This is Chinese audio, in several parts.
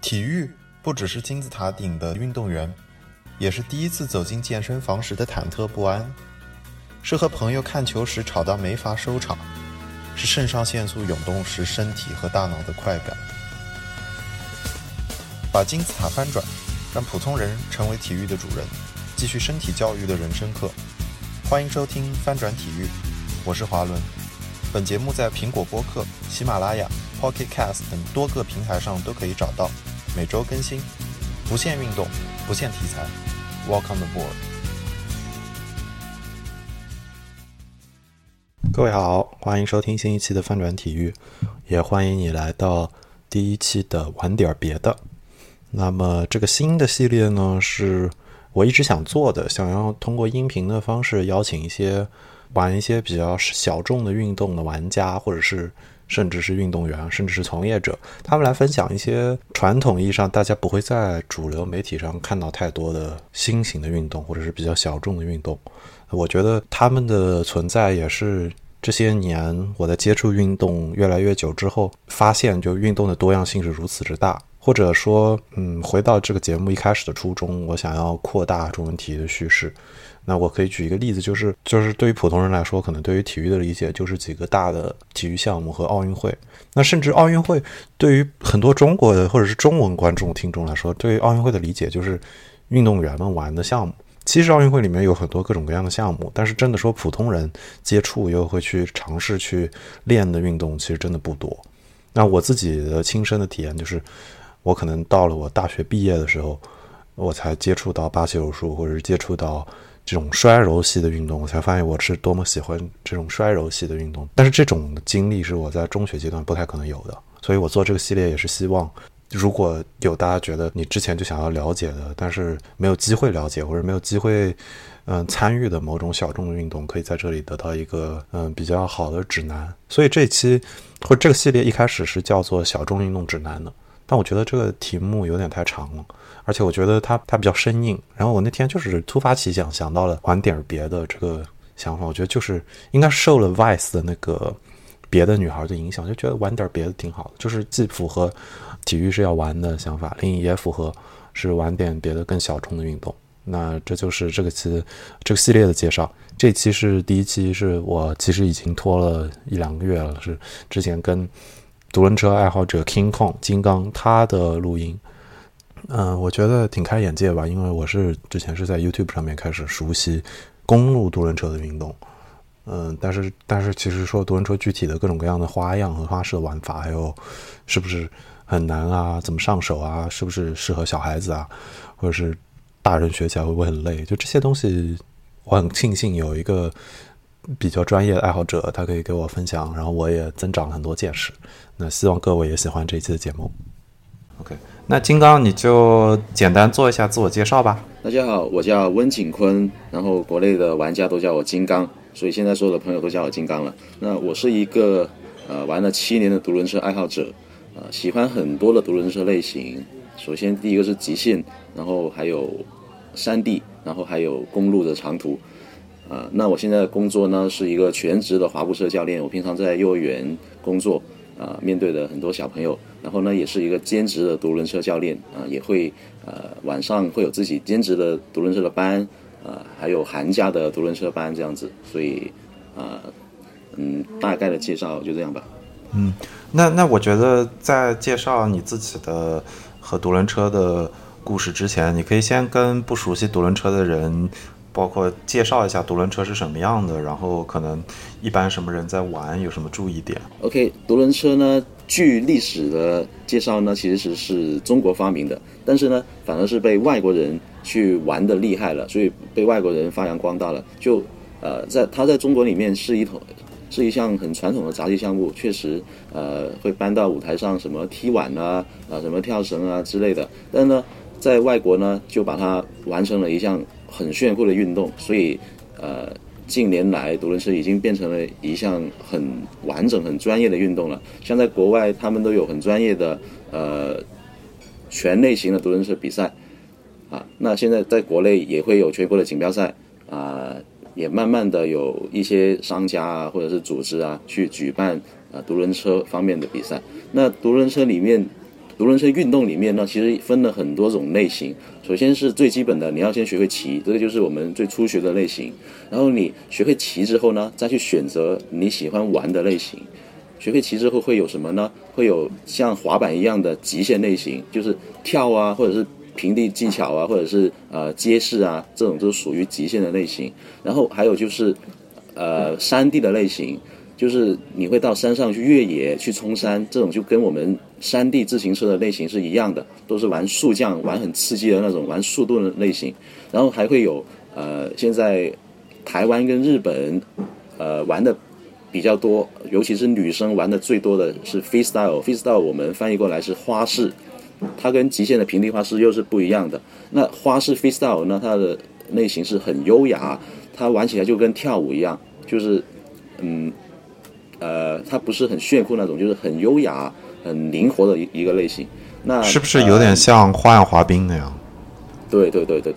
体育不只是金字塔顶的运动员，也是第一次走进健身房时的忐忑不安，是和朋友看球时吵到没法收场，是肾上腺素涌动时身体和大脑的快感。把金字塔翻转，让普通人成为体育的主人，继续身体教育的人生课。欢迎收听翻转体育，我是华伦。本节目在苹果播客、喜马拉雅、Pocket Cast 等多个平台上都可以找到，每周更新，不限运动，不限题材。Welcome on board。各位好，欢迎收听新一期的翻转体育，也欢迎你来到第一期的玩点别的。那么这个新的系列呢，是我一直想做的，想要通过音频的方式邀请一些玩一些比较小众的运动的玩家，或者是甚至是运动员，甚至是从业者，他们来分享一些传统意义上大家不会在主流媒体上看到太多的新型的运动，或者是比较小众的运动。我觉得他们的存在也是这些年我在接触运动越来越久之后发现，就运动的多样性是如此之大。或者说回到这个节目一开始的初衷，我想要扩大中文体育的叙事。那我可以举一个例子，就是对于普通人来说，可能对于体育的理解就是几个大的体育项目和奥运会。那甚至奥运会对于很多中国的或者是中文观众听众来说，对于奥运会的理解就是运动员们玩的项目。其实奥运会里面有很多各种各样的项目，但是真的说普通人接触又会去尝试去练的运动其实真的不多。那我自己的亲身的体验就是，我可能到了我大学毕业的时候，我才接触到巴西柔术，或者是接触到这种摔柔系的运动，我才发现我是多么喜欢这种摔柔系的运动。但是这种经历是我在中学阶段不太可能有的，所以我做这个系列也是希望，如果有大家觉得你之前就想要了解的，但是没有机会了解或者没有机会参与的某种小众的运动，可以在这里得到一个比较好的指南。所以这一期或者这个系列一开始是叫做小众运动指南的，但我觉得这个题目有点太长了，而且我觉得它比较生硬。然后我那天就是突发奇想到了玩点别的这个想法，我觉得就是应该是受了 Vice 的那个别的女孩的影响，就觉得玩点别的挺好的，就是既符合体育是要玩的想法，也符合是玩点别的更小众的运动。那这就是这个系列的介绍。这期是第一期，是我其实已经拖了1-2个月了，是之前跟独轮车爱好者 King Kong 金刚他的录音。我觉得挺开眼界吧，因为我是之前是在 YouTube 上面开始熟悉公路独轮车的运动。但是其实说独轮车具体的各种各样的花样和花式的玩法，还有是不是很难啊，怎么上手啊，是不是适合小孩子啊，或者是大人学起来会不会很累，就这些东西我很庆幸有一个比较专业的爱好者，他可以给我分享，然后我也增长了很多见识。那希望各位也喜欢这一期的节目。 OK， 那金刚你就简单做一下自我介绍吧。 大家好，我叫温景坤，然后国内的玩家都叫我金刚，所以现在所有的朋友都叫我金刚了。那我是一个玩了7年的独轮车爱好者，喜欢很多的独轮车类型。首先第一个是极限，然后还有山地，然后还有公路的长途。那我现在的工作呢是一个全职的滑步车教练，我平常在幼儿园工作，面对的很多小朋友，然后呢也是一个兼职的独轮车教练，也会晚上会有自己兼职的独轮车的班，还有寒假的独轮车班这样子。所以大概的介绍就这样吧。 那我觉得在介绍你自己的和独轮车的故事之前，你可以先跟不熟悉独轮车的人包括介绍一下独轮车是什么样的，然后可能一般什么人在玩，有什么注意点。 OK， 独轮车呢据历史的介绍呢其实是中国发明的，但是呢反而是被外国人去玩的厉害了，所以被外国人发扬光大了。就它在中国里面是一项很传统的杂技项目，确实会搬到舞台上，什么踢碗啊什么跳绳啊之类的。但是呢在外国呢就把它完成了一项很炫酷的运动，所以近年来独轮车已经变成了一项很完整很专业的运动了。像在国外他们都有很专业的全类型的独轮车比赛那现在在国内也会有全国的锦标赛也慢慢的有一些商家或者是组织去举办独轮车方面的比赛。那独轮车里面独轮车运动里面呢，其实分了很多种类型。首先是最基本的，你要先学会骑，这个就是我们最初学的类型。然后你学会骑之后呢，再去选择你喜欢玩的类型。学会骑之后会有什么呢？会有像滑板一样的极限类型，就是跳啊，或者是平地技巧啊，或者是街式啊，这种都属于极限的类型。然后还有就是山地的类型，就是你会到山上去越野、去冲山，这种就跟我们山地自行车的类型是一样的，都是玩速降、玩很刺激的那种、玩速度的类型。然后还会有现在台湾跟日本玩的比较多，尤其是女生玩的最多的是 freestyle。freestyle 我们翻译过来是花式，它跟极限的平地花式又是不一样的。那花式 freestyle 呢，它的类型是很优雅，它玩起来就跟跳舞一样，就是它不是很炫酷那种，就是很优雅、很灵活的一个类型。那是不是有点像花样滑冰那样？ 对，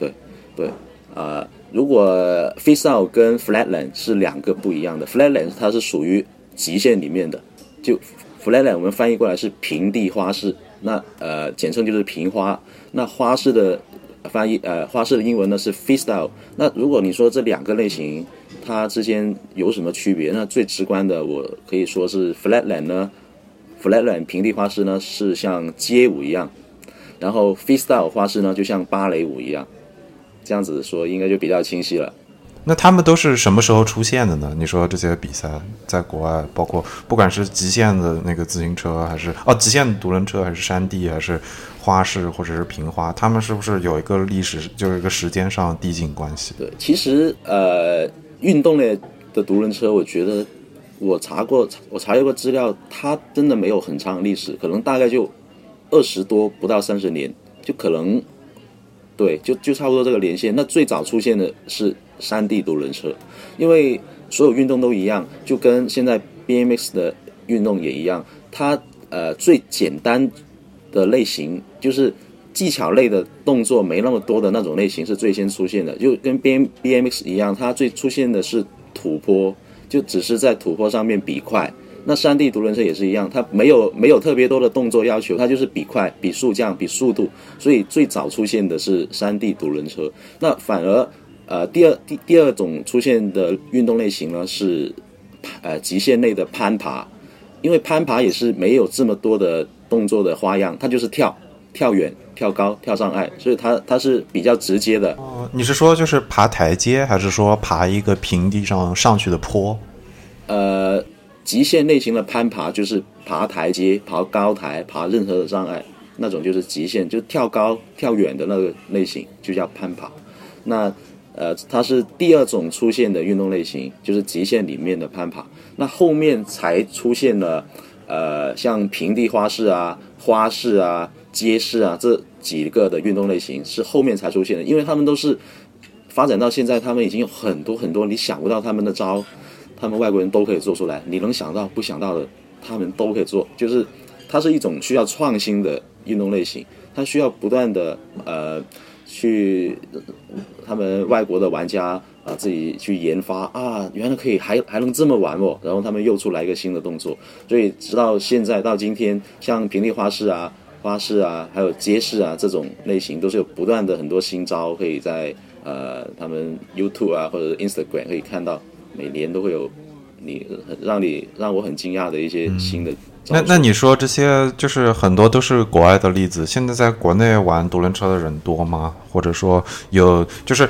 如果 freestyle 跟 flatland 是两个不一样的。flatland 它是属于极限里面的，就 flatland 我们翻译过来是平地花式，那简称就是平花。那花式的花式的英文呢是 freestyle。那如果你说这两个类型它之间有什么区别？那最直观的我可以说是 flatland 呢 ，flatland 平地花式呢是像街舞一样，然后 freestyle 花式呢就像芭蕾舞一样。这样子说应该就比较清晰了。 那他们都是什么时候出现的呢？你说这些比赛在国外，包括不管是极限的那个自行车，还是极限的独轮车，还是山地，还是花式或者是平花，他们是不是有一个历史，就是一个时间上递进关系？ 对，其实运动类的独轮车，我觉得我查过资料，它真的没有很长的历史，可能大概就20多不到30年，就可能。对，就差不多这个连线。那最早出现的是山地独轮车，因为所有运动都一样，就跟现在 BMX 的运动也一样，它最简单的类型就是技巧类的动作没那么多的那种类型是最先出现的，就跟 BMX 一样，它最出现的是土坡，就只是在土坡上面比快。那山地独轮车也是一样，它没有特别多的动作要求，它就是比快、比速降、比速度，所以最早出现的是山地独轮车。那反而第二种出现的运动类型呢是极限类的攀爬，因为攀爬也是没有这么多的动作的花样，它就是跳远、跳高、跳障碍，所以它是比较直接的。 你是说就是爬台阶，还是说爬一个平地上去的坡？ 极限类型的攀爬就是爬台阶、爬高台、爬任何的障碍，那种就是极限，就跳高、跳远的那个类型就叫攀爬。那它是第二种出现的运动类型，就是极限里面的攀爬。那后面才出现了像平地花式啊、花式啊、街式啊这几个的运动类型是后面才出现的，因为他们都是发展到现在，他们已经有很多很多你想不到他们的招。他们外国人都可以做出来，你能想到不想到的他们都可以做，就是它是一种需要创新的运动类型，它需要不断的去他们外国的玩家自己去研发啊，原来可以还能这么玩哦，然后他们又出来一个新的动作，所以直到现在到今天，像平地花式啊、还有街式啊这种类型，都是有不断的很多新招可以在他们 YouTube 啊或者 Instagram 可以看到。每年都会有让我很惊讶的一些新的那你说这些就是很多都是国外的例子，现在在国内玩独轮车的人多吗？或者说有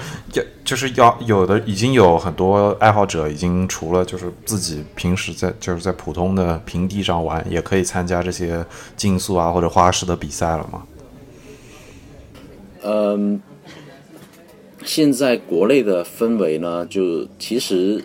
的已经有很多爱好者已经除了就是自己平时在普通的平地上玩，也可以参加这些竞速啊或者花式的比赛了吗？ 现在国内的氛围呢，就其实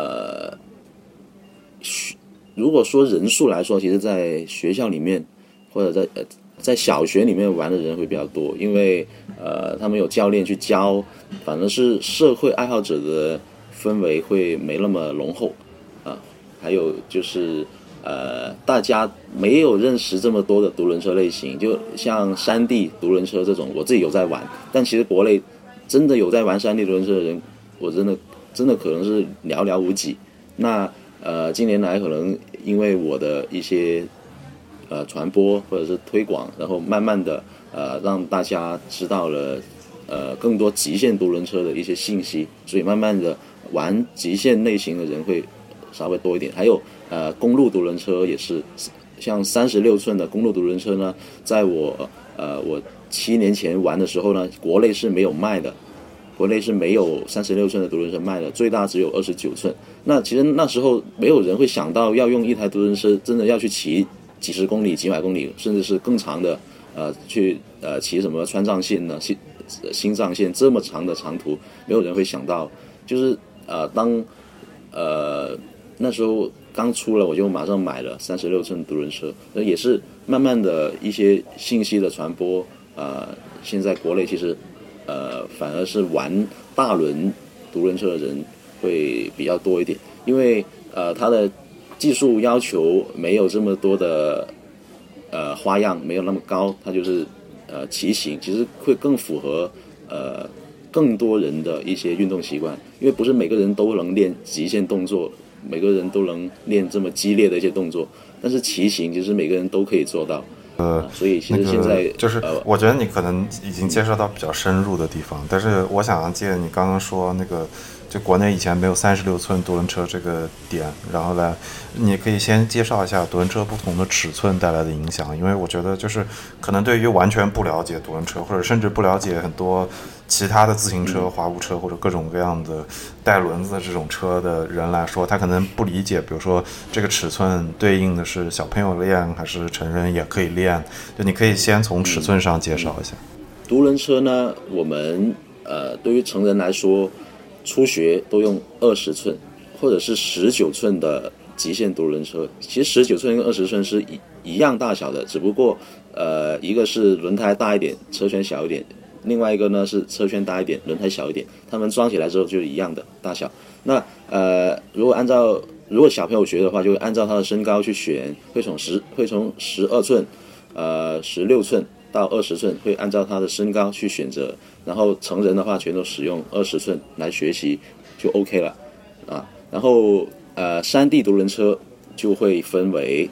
如果说人数来说，其实在学校里面或者在小学里面玩的人会比较多，因为他们有教练去教，反正是社会爱好者的氛围会没那么浓厚还有就是大家没有认识这么多的独轮车类型，就像山地独轮车这种，我自己有在玩，但其实国内真的有在玩山地独轮车的人，我真的可能是寥寥无几。那近年来可能因为我的一些传播或者是推广，然后慢慢的让大家知道了更多极限独轮车的一些信息，所以慢慢的玩极限类型的人会稍微多一点。还有公路独轮车也是，像36寸的公路独轮车呢，在我7年前玩的时候呢，国内是没有卖的。国内是没有36寸的独轮车卖的，最大只有29寸。那其实那时候没有人会想到要用一台独轮车真的要去骑几十公里、几百公里，甚至是更长的去骑什么川藏线呢、新藏线这么长的长途，没有人会想到。就是当那时候刚出了，我就马上买了36寸独轮车，也是慢慢的一些信息的传播。现在国内其实反而是玩大轮独轮车的人会比较多一点，因为它的技术要求没有这么多的花样，没有那么高，它就是骑行，其实会更符合更多人的一些运动习惯，因为不是每个人都能练极限动作，每个人都能练这么激烈的一些动作，但是骑行其实每个人都可以做到。所以其实现在就是我觉得你可能已经介绍到比较深入的地方，但是我想借你刚刚说那个，就国内以前没有36寸独轮车这个点，然后来，你可以先介绍一下独轮车不同的尺寸带来的影响，因为我觉得就是可能对于完全不了解独轮车，或者甚至不了解很多其他的自行车、滑步车或者各种各样的带轮子的这种车的人来说，他可能不理解，比如说这个尺寸对应的是小朋友练还是成人也可以练，就你可以先从尺寸上介绍一下。 独轮车呢，我们对于成人来说，初学都用20寸或者是19寸的极限独轮车。其实19寸跟20寸是一样大小的，只不过一个是轮胎大一点，车圈小一点。另外一个呢是车圈大一点，轮胎小一点，它们装起来之后就是一样的大小。那如果小朋友学的话，就会按照他的身高去选，会从12寸、16寸到20寸，会按照他的身高去选择。然后成人的话，全都使用20寸来学习就 OK 了啊。然后山地独轮车就会分为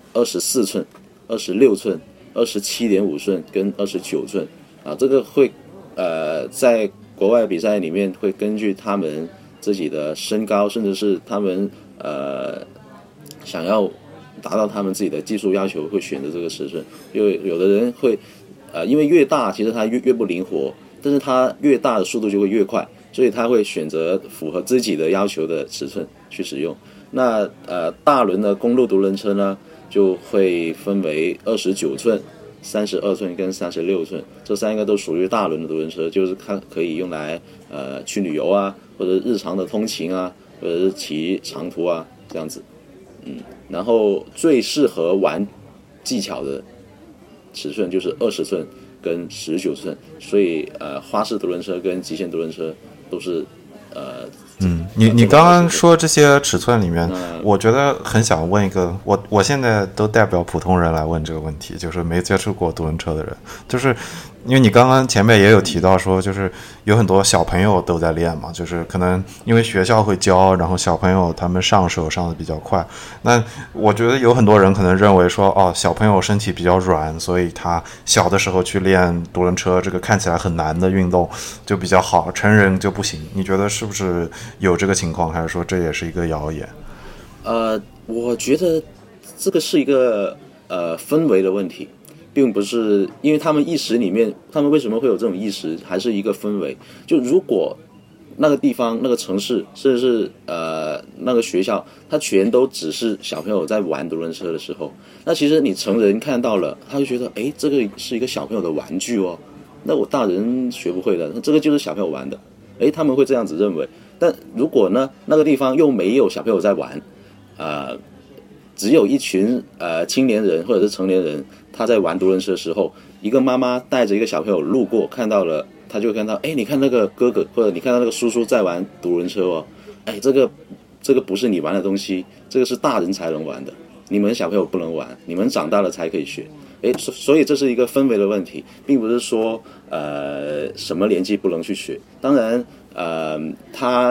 24寸、26寸、27.5寸跟29寸。这个会在国外比赛里面会根据他们自己的身高，甚至是他们想要达到他们自己的技术要求，会选择这个尺寸。因为有的人会因为越大其实它越不灵活，但是它越大的速度就会越快，所以他会选择符合自己的要求的尺寸去使用。那大轮的公路独轮车呢，就会分为29寸、32寸跟36寸，这3个都属于大轮的独轮车，就是它可以用来去旅游啊，或者日常的通勤啊，或者是骑长途啊这样子。然后最适合玩技巧的尺寸就是20寸跟19寸，所以花式独轮车跟极限独轮车都是你刚刚说这些尺寸里面，我觉得很想问一个，我现在都代表普通人来问这个问题，就是没接触过独轮车的人，就是因为你刚刚前面也有提到说，就是有很多小朋友都在练嘛，就是可能因为学校会教，然后小朋友他们上手上的比较快。那我觉得有很多人可能认为说，小朋友身体比较软，所以他小的时候去练独轮车这个看起来很难的运动就比较好，成人就不行。你觉得是不是有这个情况，还是说这也是一个谣言？ 我觉得这个是一个氛围的问题，并不是因为他们意识里面，他们为什么会有这种意识，还是一个氛围。就如果那个地方、那个城市，甚至是那个学校，它全都只是小朋友在玩独轮车的时候，那其实你成人看到了，他就觉得，这个是一个小朋友的玩具哦，那我大人学不会的，这个就是小朋友玩的，他们会这样子认为。但如果呢，那个地方又没有小朋友在玩，只有一群青年人或者是成年人，他在玩独轮车的时候，一个妈妈带着一个小朋友路过，看到了，他就看到，你看那个哥哥或者你看到那个叔叔在玩独轮车哦，这个不是你玩的东西，这个是大人才能玩的，你们小朋友不能玩，你们长大了才可以学。所以这是一个氛围的问题，并不是说什么年纪不能去学。当然他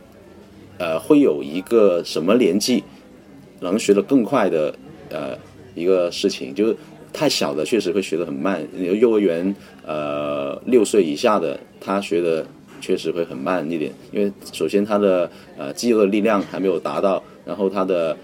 会有一个什么年纪能学得更快的一个事情，就是太小的确实会学得很慢。幼儿园6岁以下的他学的确实会很慢一点，因为首先他的肌肉的力量还没有达到，然后他的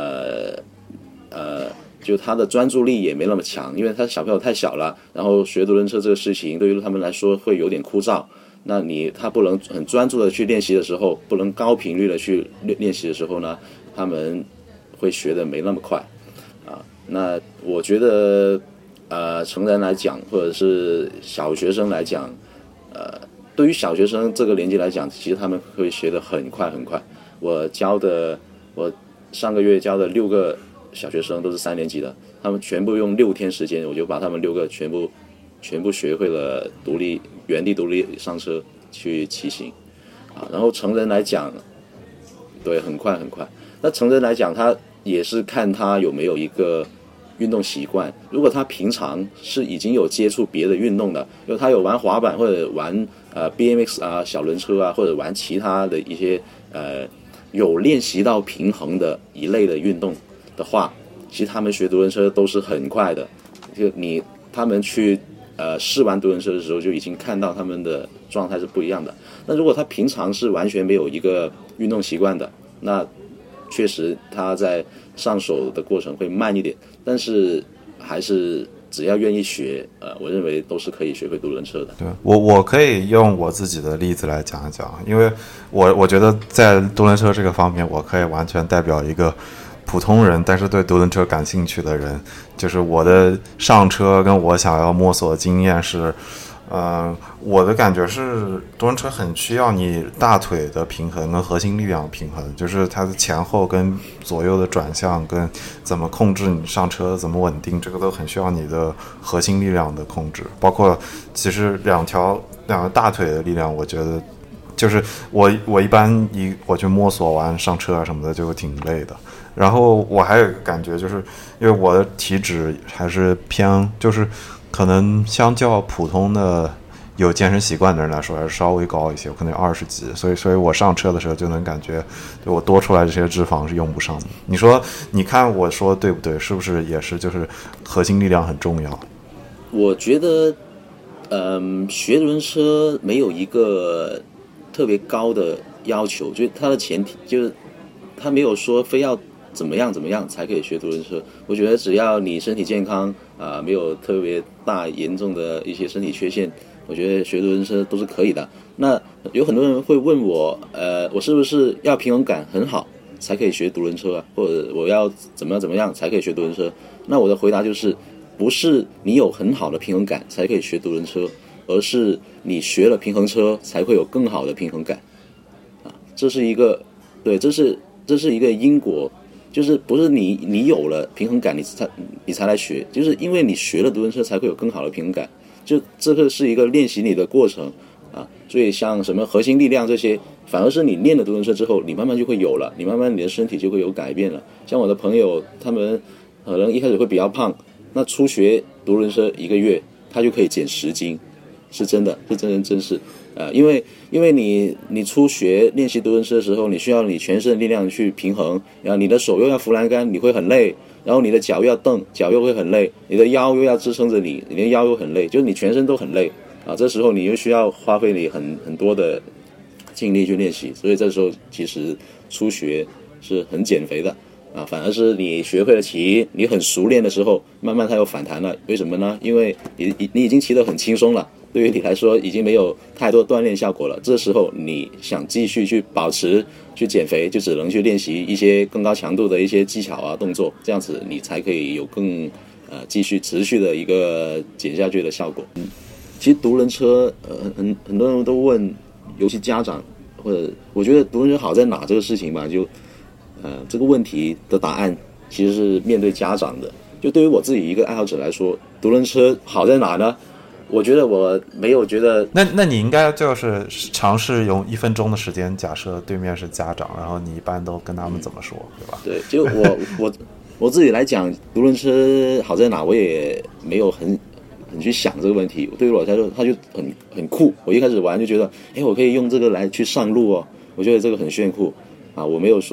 就他的专注力也没那么强，因为他小朋友太小了，然后学独轮车这个事情对于他们来说会有点枯燥。那他不能很专注的去练习的时候，不能高频率的去练习的时候呢，他们会学的没那么快啊。那我觉得成人来讲，或者是小学生来讲，对于小学生这个年纪来讲，其实他们会学得很快很快。我上个月教的6个小学生都是3年级的，他们全部用6天时间，我就把他们6个全部学会了原地独立上车去骑行啊。然后成人来讲，对，很快很快。那成人来讲，他也是看他有没有一个运动习惯。如果他平常是已经有接触别的运动的，因为他有玩滑板或者玩BMX 啊、小轮车啊，或者玩其他的一些有练习到平衡的一类的运动的话，其实他们学独轮车都是很快的。就他们去试玩独轮车的时候，就已经看到他们的状态是不一样的。那如果他平常是完全没有一个运动习惯的，那确实他在上手的过程会慢一点，但是还是只要愿意学，我认为都是可以学会独轮车的。 对，我可以用我自己的例子来讲一讲，因为我觉得在独轮车这个方面，我可以完全代表一个普通人，但是对独轮车感兴趣的人。就是我的上车跟我想要摸索的经验是，我的感觉是独轮车很需要你大腿的平衡跟核心力量的平衡，就是它的前后跟左右的转向跟怎么控制你上车怎么稳定，这个都很需要你的核心力量的控制。包括其实两个大腿的力量，我觉得就是我一般我去摸索完上车啊什么的就挺累的。然后我还有一个感觉，就是因为我的体脂还是偏，就是可能相较普通的有健身习惯的人来说还是稍微高一些，我可能有20几，所以我上车的时候就能感觉对我多出来这些脂肪是用不上的。你看我说对不对？是不是也是就是核心力量很重要？ 我觉得学独轮车没有一个特别高的要求，就是它的前提就是它没有说非要怎么样才可以学独轮车。我觉得只要你身体健康没有特别大严重的一些身体缺陷，我觉得学独轮车都是可以的。那有很多人会问我，我是不是要平衡感很好才可以学独轮车啊？或者我要怎么样才可以学独轮车？那我的回答就是，不是你有很好的平衡感才可以学独轮车，而是你学了平衡车才会有更好的平衡感啊。这是一个因果。就是不是你有了平衡感你才来学，就是因为你学了独轮车才会有更好的平衡感，就这个是一个练习你的过程啊。所以像什么核心力量这些，反而是你练了独轮车之后，你慢慢就会有了，你慢慢你的身体就会有改变了。像我的朋友，他们可能一开始会比较胖，那初学独轮车1个月，他就可以减10斤，是真的，是真人真事。因为你初学练习独轮车的时候，你需要你全身力量去平衡，然后你的手又要扶栏杆，你会很累，然后你的脚又要蹬，脚又会很累，你的腰又要支撑着你的腰又很累，就是你全身都很累啊。这时候你又需要花费你很多的精力去练习，所以这时候其实初学是很减肥的啊，反而是你学会了骑，你很熟练的时候，慢慢它又反弹了。为什么呢？因为你已经骑得很轻松了。对于你来说已经没有太多锻炼效果了，这时候你想继续去保持去减肥，就只能去练习一些更高强度的一些技巧啊动作，这样子你才可以有更继续持续的一个减下去的效果。其实独轮车很多人都问，尤其家长或者我觉得独轮车好在哪这个事情吧，就这个问题的答案其实是面对家长的。就对于我自己一个爱好者来说，独轮车好在哪呢？我觉得我没有觉得。 那你应该就是尝试用1分钟的时间，假设对面是家长，然后你一般都跟他们怎么说，对吧？ 对，就我自己来讲，独轮车好在哪，我也没有很去想这个问题。对于我来说，它就很酷。我一开始玩就觉得，我可以用这个来去上路哦，我觉得这个很炫酷啊。我没有说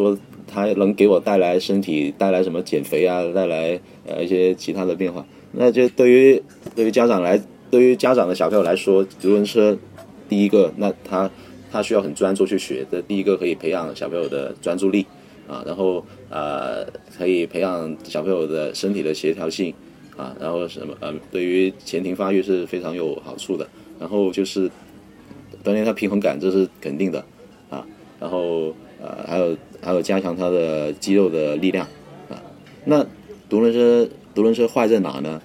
它能给我带来身体带来什么减肥啊，带来一些其他的变化。那就对于家长的小朋友来说，独轮车第一个，那他需要很专注去学的，第一个可以培养小朋友的专注力啊，然后可以培养小朋友的身体的协调性啊，然后对于前庭发育是非常有好处的。然后就是锻炼他平衡感，这是肯定的啊。然后还有加强他的肌肉的力量啊。那独轮车坏在哪呢？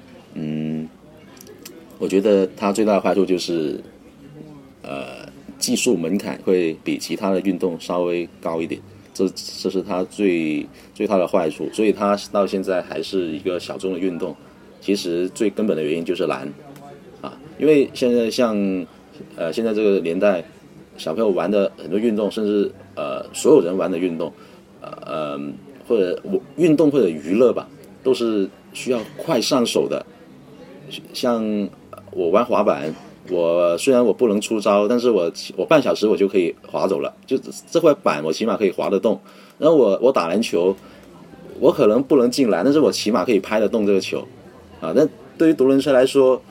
我觉得它最大的坏处就是技术门槛会比其他的运动稍微高一点，这是它最大的坏处。所以它到现在还是一个小众的运动。其实最根本的原因就是难啊，因为现在现在这个年代，小朋友玩的很多运动，甚至所有人玩的运动，或者运动或者娱乐吧，都是需要快上手的。像我玩滑板，虽然我不能出招，但是我半小时我就可以滑走了，就这块板我起码可以滑得动。然后我打篮球，我可能不能进篮，但是我起码可以拍得动这个球啊。那对于独轮车来说，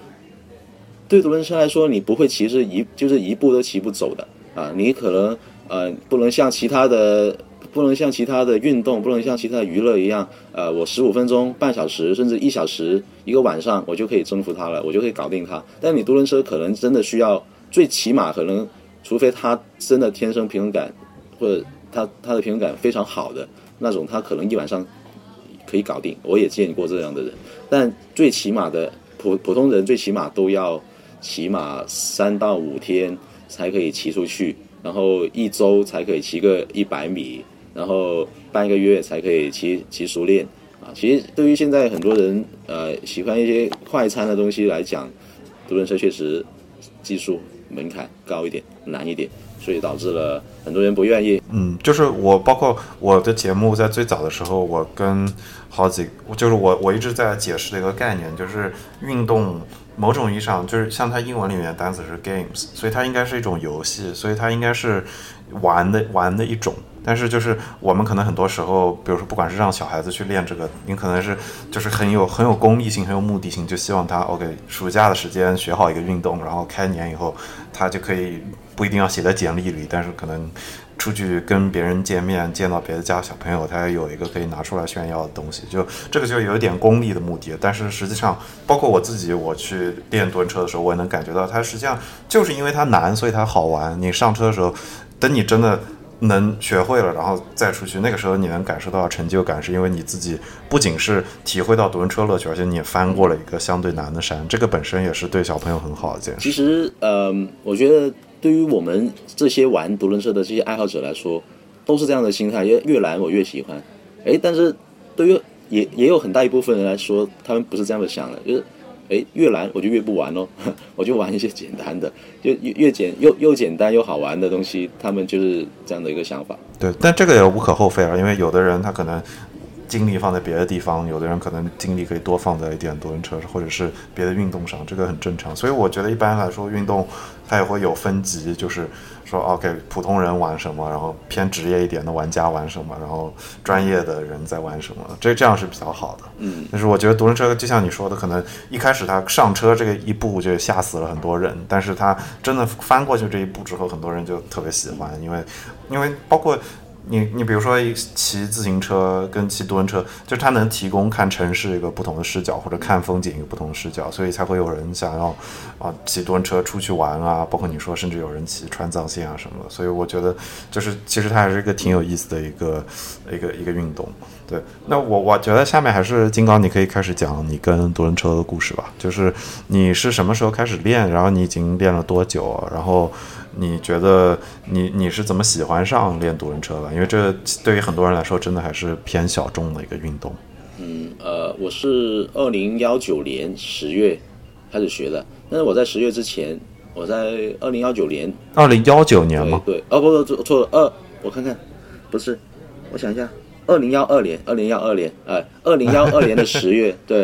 你不会骑是一步都骑不走的啊！你可能不能像其他的运动，不能像其他的娱乐一样，我15分钟、半小时甚至1小时、一个晚上，我就可以征服它了，我就可以搞定它。但你独轮车可能真的需要，最起码可能，除非他真的天生平衡感，或者他的平衡感非常好的那种，他可能一晚上可以搞定。我也见过这样的人，但最起码的普通人最起码都要起码3到5天才可以骑出去，然后1周才可以骑个100米，然后半个月才可以骑熟练啊。其实对于现在很多人喜欢一些快餐的东西来讲，独轮车确实技术门槛高一点，难一点，所以导致了很多人不愿意。 就是包括我的节目在最早的时候，我跟就是我一直在解释的一个概念，就是运动某种意义上就是像它英文里面的单词是 games， 所以它应该是一种游戏，所以它应该是玩的一种。但是就是我们可能很多时候，比如说不管是让小孩子去练这个，你可能是就是很有功利性、很有目的性，就希望他 OK 暑假的时间学好一个运动，然后开年以后他就可以不一定要写在简历里，但是可能出去跟别人见面，见到别的家小朋友，他有一个可以拿出来炫耀的东西，就这个就有一点功利的目的。但是实际上，包括我自己，我去练蹲车的时候，我也能感觉到，它实际上就是因为它难，所以它好玩。你上车的时候，等你真的能学会了，然后再出去，那个时候你能感受到成就感，是因为你自己不仅是体会到独轮车乐趣，而且你也翻过了一个相对难的山，这个本身也是对小朋友很好的一件事。 其实我觉得对于我们这些玩独轮车的这些爱好者来说，都是这样的心态，越难我越喜欢。但是对于也有很大一部分人来说，他们不是这样的想的，就是越难我就越不玩咯，我就玩一些简单的，就又简单又好玩的东西，他们就是这样的一个想法。 对，但这个也无可厚非啊，因为有的人他可能精力放在别的地方，有的人可能精力可以多放在一点独轮车或者是别的运动上，这个很正常。所以我觉得一般来说运动它也会有分级，就是说 OK 普通人玩什么，然后偏职业一点的玩家玩什么，然后专业的人在玩什么，这样是比较好的。但是我觉得独轮车就像你说的，可能一开始他上车这个一步就吓死了很多人，但是他真的翻过去这一步之后，很多人就特别喜欢，因为包括你比如说骑自行车跟骑独轮车，就是它能提供看城市一个不同的视角，或者看风景一个不同的视角，所以才会有人想要骑独轮车出去玩啊，包括你说甚至有人骑川藏线啊什么的。所以我觉得就是其实它还是一个挺有意思的一个运动。对，那我觉得下面还是金刚，你可以开始讲你跟独轮车的故事吧。就是你是什么时候开始练，然后你已经练了多久，然后你觉得你是怎么喜欢上练独轮车的？因为这对于很多人来说真的还是偏小众的一个运动。 我是2019年10月开始学的，但是我在10月之前，我在2019年吗？对，不错了，我看看，不是，我想一下。2012年，2012年的10月，对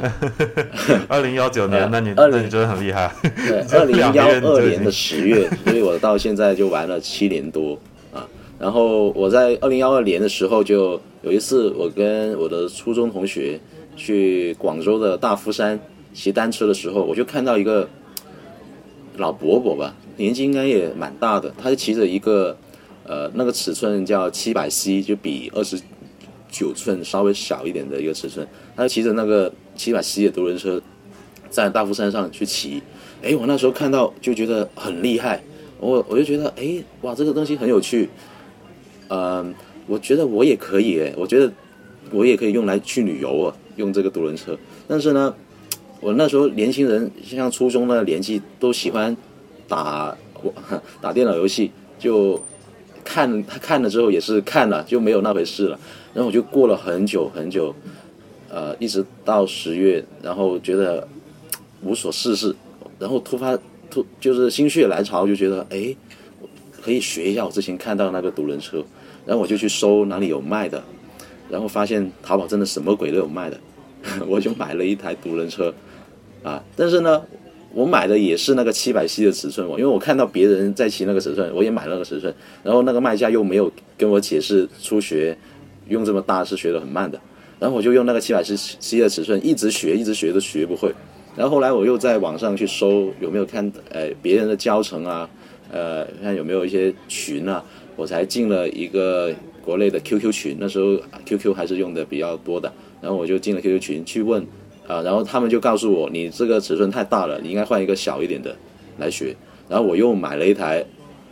，2019年，那你真的很厉害。 对，2012年的10月，所以我到现在就玩了7年多啊。然后我在2012年的时候就有一次我跟我的初中同学去广州的大夫山骑单车的时候，我就看到一个老伯伯吧，年纪应该也蛮大的，他就骑着一个那个尺寸叫700C，就比29寸稍微小一点的一个尺寸，他就骑着那个700C 的独轮车在大夫山上去骑。我那时候看到就觉得很厉害，我就觉得哇，这个东西很有趣，我觉得我也可以，我觉得我也可以用来去旅游啊，用这个独轮车。但是呢，我那时候年轻人像初中的年纪都喜欢打电脑游戏，就他看了之后也是看了，就没有那回事了。然后我就过了很久很久，一直到10月，然后觉得无所事事，然后就是心血来潮，就觉得可以学一下我之前看到那个独轮车，然后我就去搜哪里有卖的，然后发现淘宝真的什么鬼都有卖的，我就买了一台独轮车但是呢，我买的也是那个700C 的尺寸，因为我看到别人在骑那个尺寸，我也买那个尺寸，然后那个卖家又没有跟我解释初学用这么大是学得很慢的，然后我就用那个700C 的尺寸一直学都学不会。然后后来我又在网上去搜有没有看别人的教程啊，看有没有一些群啊，我才进了一个国内的 QQ 群，那时候 QQ 还是用的比较多的，然后我就进了 QQ 群去问然后他们就告诉我，你这个尺寸太大了，你应该换一个小一点的来学。然后我又买了一台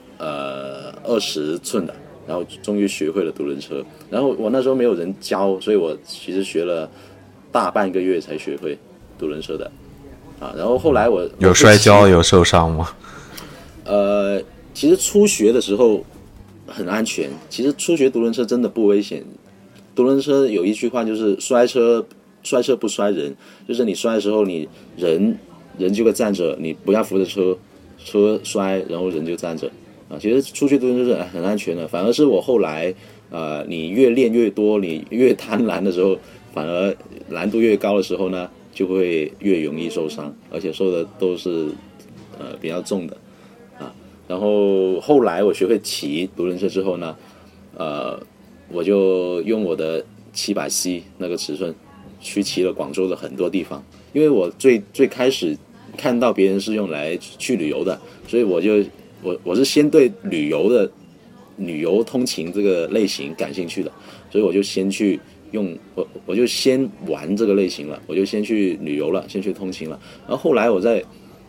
20寸的，然后终于学会了独轮车。然后我那时候没有人教，所以我其实学了大半个月才学会独轮车的然后后来我有摔跤有受伤吗？ 其实初学的时候很安全，其实初学独轮车真的不危险。独轮车有一句话就是摔车不摔人，就是你摔的时候你人就会站着，你不要扶着车摔，然后人就站着其实初学独轮车是很安全的，反而是我后来你越练越多，你越贪婪的时候，反而难度越高的时候呢，就会越容易受伤，而且受的都是比较重的然后后来我学会骑独轮车之后呢，我就用我的700C 那个尺寸去骑了广州的很多地方，因为我最开始看到别人是用来去旅游的，所以我是先对旅游通勤这个类型感兴趣的，所以我就先去我就先玩这个类型了，我就先去旅游了，先去通勤了。然后后来我就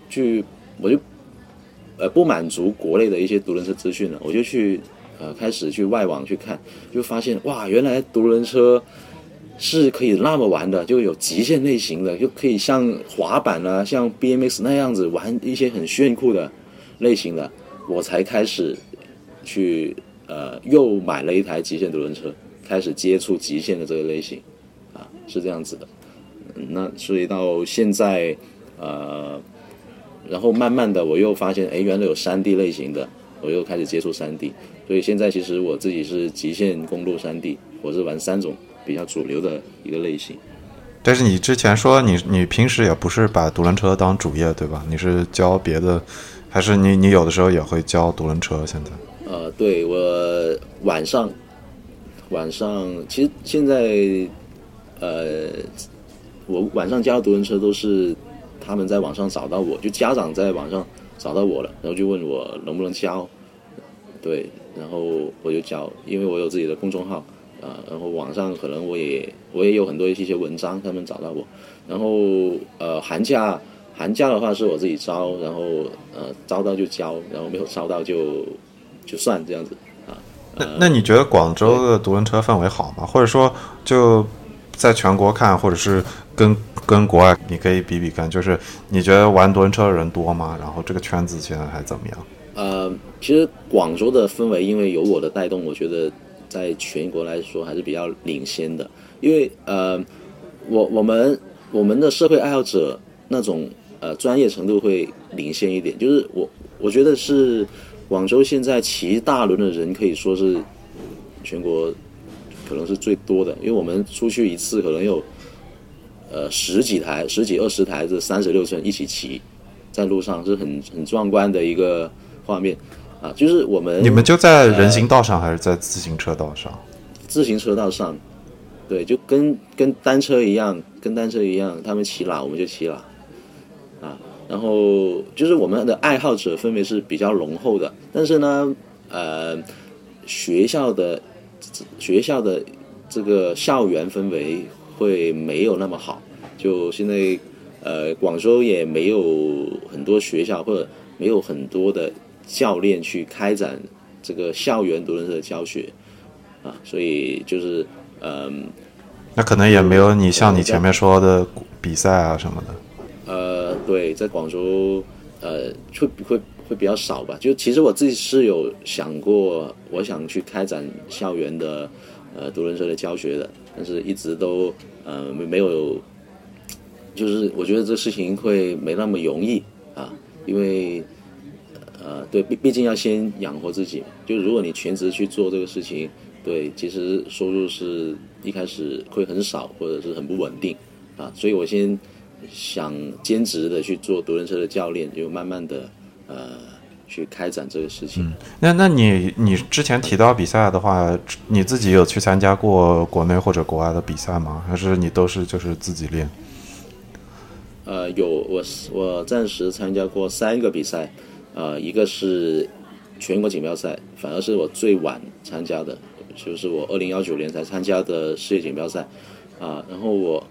不满足国内的一些独轮车资讯了，我就去开始去外网去看，就发现哇，原来独轮车是可以那么玩的，就有极限类型的，就可以像滑板啊，像 BMX 那样子玩一些很炫酷的类型的，我才开始去又买了一台极限独轮车，开始接触极限的这个类型是这样子的。那所以到现在然后慢慢的我又发现原来有3D 类型的，我又开始接触3D，所以现在其实我自己是极限公路3D，我是玩3种比较主流的一个类型。 但是你之前说你平时也不是把独轮车当主业对吧？你是教别的，还是你有的时候也会教独轮车？现在对，我晚上其实现在我晚上教独轮车都是他们在网上找到我，就家长在网上找到我了，然后就问我能不能教，对，然后我就教，因为我有自己的公众号然后网上可能我也有很多一些文章，他们找到我，然后寒假的话是我自己招，然后招到就教，然后没有招到就算这样子那你觉得广州的独轮车氛围好吗？或者说就在全国看，或者是跟国外你可以比看，就是你觉得玩独轮车的人多吗？然后这个圈子现在还怎么样？ 其实广州的氛围因为有我的带动，我觉得在全国来说还是比较领先的，因为我们的社会爱好者那种专业程度会领先一点，就是我觉得是广州现在骑大轮的人可以说是全国可能是最多的，因为我们出去一次可能有10几20台这36寸一起骑在路上，是很壮观的一个画面就是你们就在人行道上还是在自行车道上？ 自行车道上对，就跟单车一样，他们骑马我们就骑马啊。然后就是我们的爱好者氛围是比较浓厚的，但是呢，学校的这个校园氛围会没有那么好。就现在广州也没有很多学校或者没有很多的教练去开展这个校园独轮车的教学啊，所以就是那可能也没有你像你前面说的比赛啊什么的。 对，在广州会比较少吧。就其实我自己是有想过，我想去开展校园的独轮车的教学的，但是一直都没有，就是我觉得这事情会没那么容易啊，因为对，毕竟要先养活自己嘛。就如果你全职去做这个事情，对，其实收入是一开始会很少或者是很不稳定啊，所以我先想兼职的去做独轮车的教练，就慢慢的去开展这个事情。 那你之前提到比赛的话，你自己有去参加过国内或者国外的比赛吗？还是你都是就是自己练？ 有，我暂时参加过3个比赛，一个是全国锦标赛，反而是我最晚参加的，就是我2019年才参加的世界锦标赛。然后我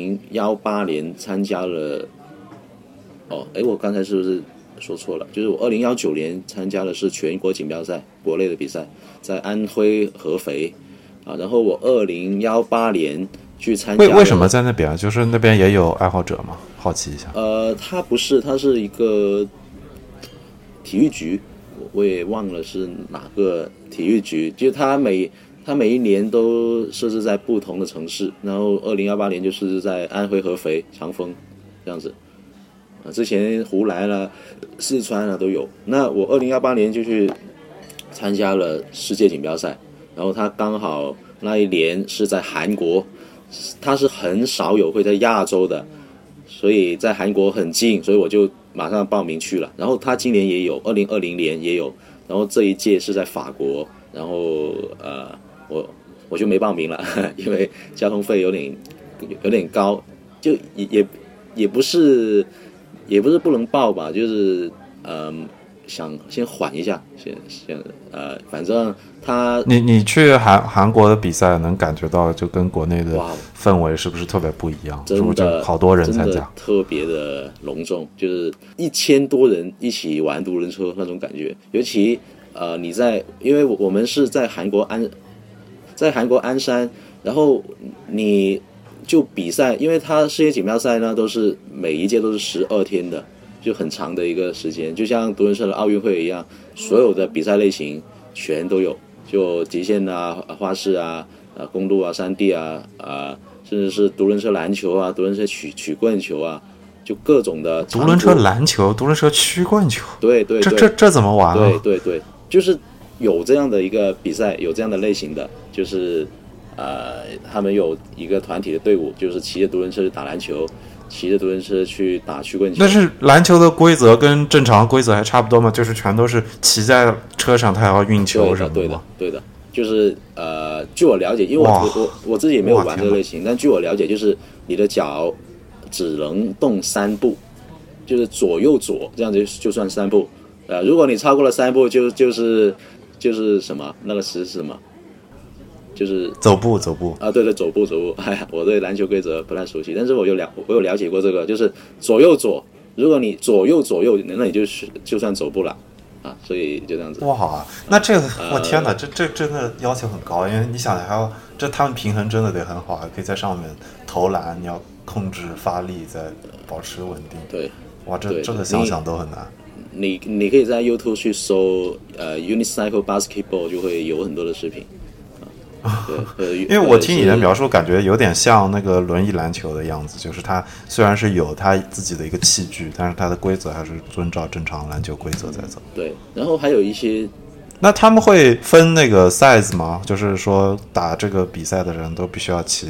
2018年参加了，我刚才是不是说错了？就是我2019年参加的是全国锦标赛，国内的比赛，在安徽合肥然后我2018年去参加。 为什么在那边？就是那边也有爱好者吗？好奇一下。 它不是，它是一个体育局，我也忘了是哪个体育局，就是它每一年都设置在不同的城市，然后2018年就设置在安徽合肥、长丰这样子。之前湖南啦、四川啦都有。那我2018年就去参加了世界锦标赛，然后它刚好那一年是在韩国，它是很少有会在亚洲的，所以在韩国很近，所以我就马上报名去了。然后它今年也有，2020年也有，然后这一届是在法国，然后我就没报名了，因为交通费有点高，就也不是不能报吧，就是想先缓一下，反正你去韩国的比赛能感觉到就跟国内的氛围是不是特别不一样？ 真的， 是不是好多人参加？ 真的特别的隆重，就是1000多人一起玩独轮车那种感觉。尤其因为我们是在韩国鞍山，然后你就比赛，因为它世界锦标赛呢都是每一届都是12天的，就很长的一个时间，就像独轮车的奥运会一样，所有的比赛类型全都有，就极限啊、花式啊、公路啊、山地啊甚至是独轮车篮球啊、独轮车曲棍球啊，就各种的。 独轮车篮球、独轮车曲棍球， 对， 这怎么玩啊？ 对，就是有这样的一个比赛，有这样的类型的，就是他们有一个团体的队伍，就是骑着独轮车去打篮球，骑着独轮车去打曲棍球。 但是篮球的规则跟正常规则还差不多吗？就是全都是骑在车上，他还要运球什么的吗？ 对的，就是据我了解，因为我自己也没有玩这个类型，但据我了解，就是你的脚只能动3步，就是左右左，这样子就算3步。如果你超过了3步，就是什么？那个词是什么？就是走步啊，对，走步。我对篮球规则不太熟悉，但是我有了解过这个，就是左右左，如果你左右，那你就算走步了啊，所以就这样子。 哇，那这个我天哪，这真的要求很高，因为你想还要他们平衡真的得很好，还可以在上面投篮，你要控制发力，再保持稳定。 对， 哇，这个想想都很难。 你可以在 YouTube 去搜Unicycle Basketball， 就会有很多的视频。 因为我听你的描述，感觉有点像那个轮椅篮球的样子，就是它虽然是有它自己的一个器具，但是它的规则还是遵照正常篮球规则在走。 对，然后还有一些， 那他们会分那个 size 吗？就是说打这个比赛的人都必须要骑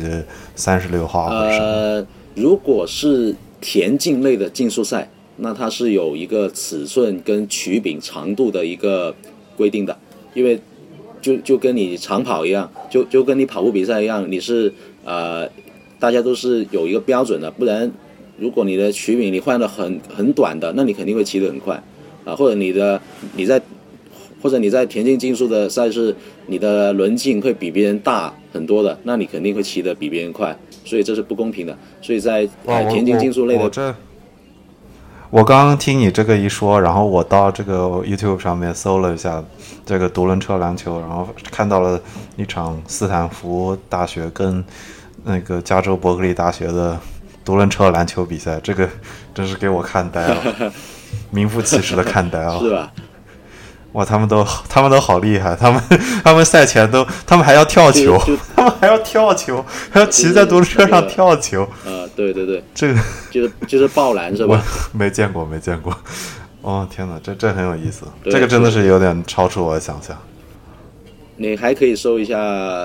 36号或者什么？ 如果是田径类的竞速赛，那它是有一个尺寸跟曲柄长度的一个规定的，因为就跟你长跑一样，就跟你跑步比赛一样，你是大家都是有一个标准的，不然如果你的曲柄你换的很短的，那你肯定会骑得很快或者你在田径竞速的赛事，你的轮径会比别人大很多的，那你肯定会骑得比别人快，所以这是不公平的。所以在田径竞速类的， 我刚刚听你这个一说，然后我到这个 YouTube 上面搜了一下这个独轮车篮球，然后看到了一场斯坦福大学跟那个加州伯克利大学的独轮车篮球比赛，这个真是给我看呆了，名副其实的看呆了， 是吧？ 哇，他们都好厉害，他们赛前他们还要跳球，他们还要跳球，还要骑在独轮车上跳球。 对对对， 这个就是抱篮是吧？ 没见过。哦，天哪，这很有意思，这个真的是有点超出我的想象。 你还可以搜一下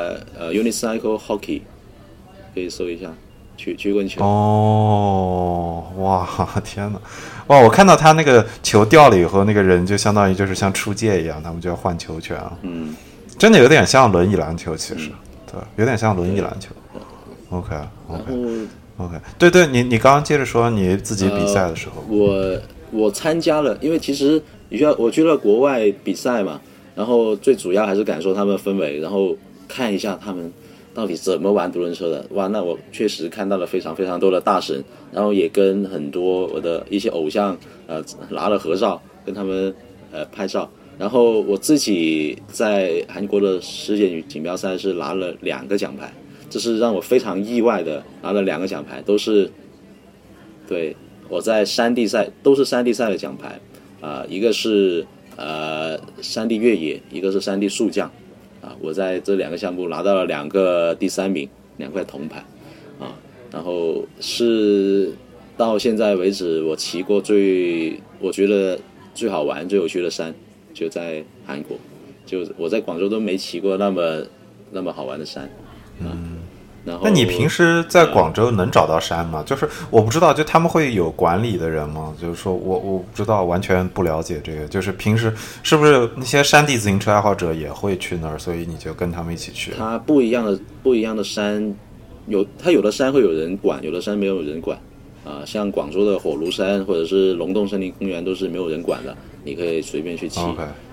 unicycle hockey， 可以搜一下曲棍球。 哦，哇，天哪！哇，我看到他那个球掉了以后，那个人就相当于就是像出界一样，他们就要换球权了。真的有点像轮椅篮球，其实，对，有点像轮椅篮球。OK， 对，你刚刚接着说你自己比赛的时候， 我参加了，因为其实我去了国外比赛嘛，然后最主要还是感受他们的氛围，然后看一下他们到底怎么玩独轮车的。哇，那我确实看到了非常非常多的大神，然后也跟很多我的一些偶像拿了合照，跟他们拍照。然后我自己在韩国的世界锦标赛是拿了2个奖牌，这是让我非常意外的，拿了2个奖牌，都是对我在山地赛都是山地赛的奖牌一个是山地越野，一个是山地速降我在这2个项目拿到了2个第3名，2块铜牌然后是到现在为止我骑过我觉得最好玩最有趣的山就在韩国，就我在广州都没骑过那么好玩的山然后那你平时在广州能找到山吗？就是我不知道，就他们会有管理的人吗？就是说我不知道，完全不了解这个。就是平时是不是那些山地自行车爱好者也会去那儿，所以你就跟他们一起去？ 它不一样的山它有的山会有人管，有的山没有人管像广州的火炉山或者是龙洞森林公园都是没有人管的，你可以随便去骑。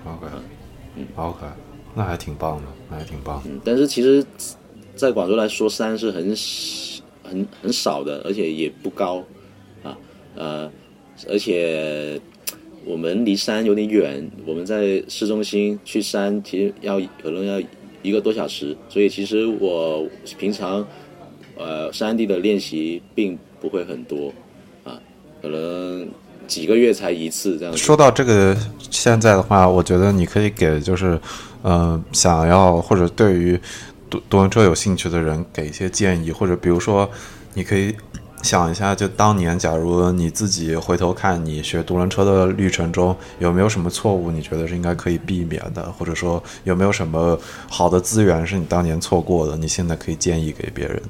OK， 那还挺棒的， 但是其实在广州来说，山是很少的，而且也不高而且我们离山有点远，我们在市中心去山其实可能要1个多小时，所以其实我平常山地的练习并不会很多可能几个月才1次这样子。 说到这个，现在的话，我觉得你可以给就是想要或者对于独轮车有兴趣的人给一些建议，或者比如说你可以想一下，就当年假如你自己回头看你学独轮车的旅程中有没有什么错误你觉得是应该可以避免的，或者说有没有什么好的资源是你当年错过的，你现在可以建议给别人。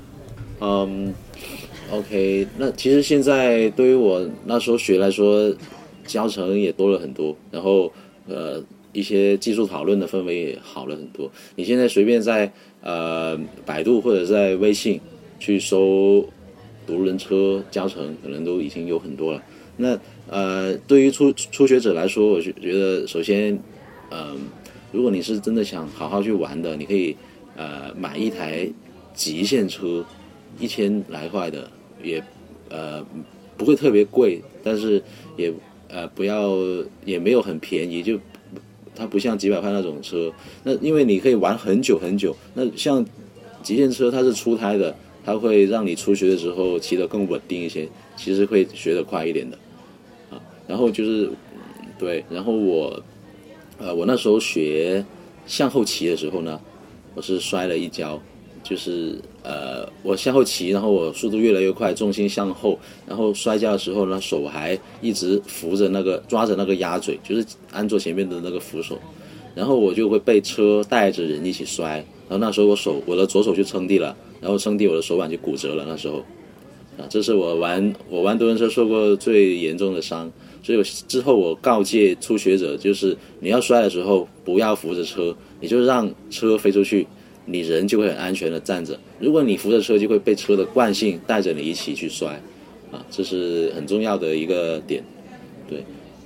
OK， 那其实现在对于我那时候学来说，教程也多了很多，然后一些技术讨论的氛围也好了很多。你现在随便在百度或者在微信去搜独轮车教程，可能都已经有很多了。那对于初学者来说，我觉得首先如果你是真的想好好去玩的，你可以买一台极限车，1000来块的，也不会特别贵，但是也也没有很便宜，就它不像几百块那种车。那因为你可以玩很久很久，那像极限车它是出胎的，它会让你初学的时候骑得更稳定一些，其实会学得快一点的然后就是对，然后我那时候学向后骑的时候呢，我是摔了一跤，就是我向后骑，然后我速度越来越快，重心向后，然后摔跤的时候呢，手还一直抓着那个鸭嘴，就是安坐前面的那个扶手，然后我就会被车带着人一起摔，然后那时候我的左手就撑地了，然后撑地我的手腕就骨折了，那时候这是我玩独轮车受过最严重的伤。所以之后我告诫初学者，就是你要摔的时候不要扶着车，你就让车飞出去， 你人就会很安全的站着。如果你扶着车，就会被车的惯性带着你一起去摔，这是很重要的一个点，对，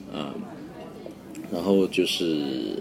然后就是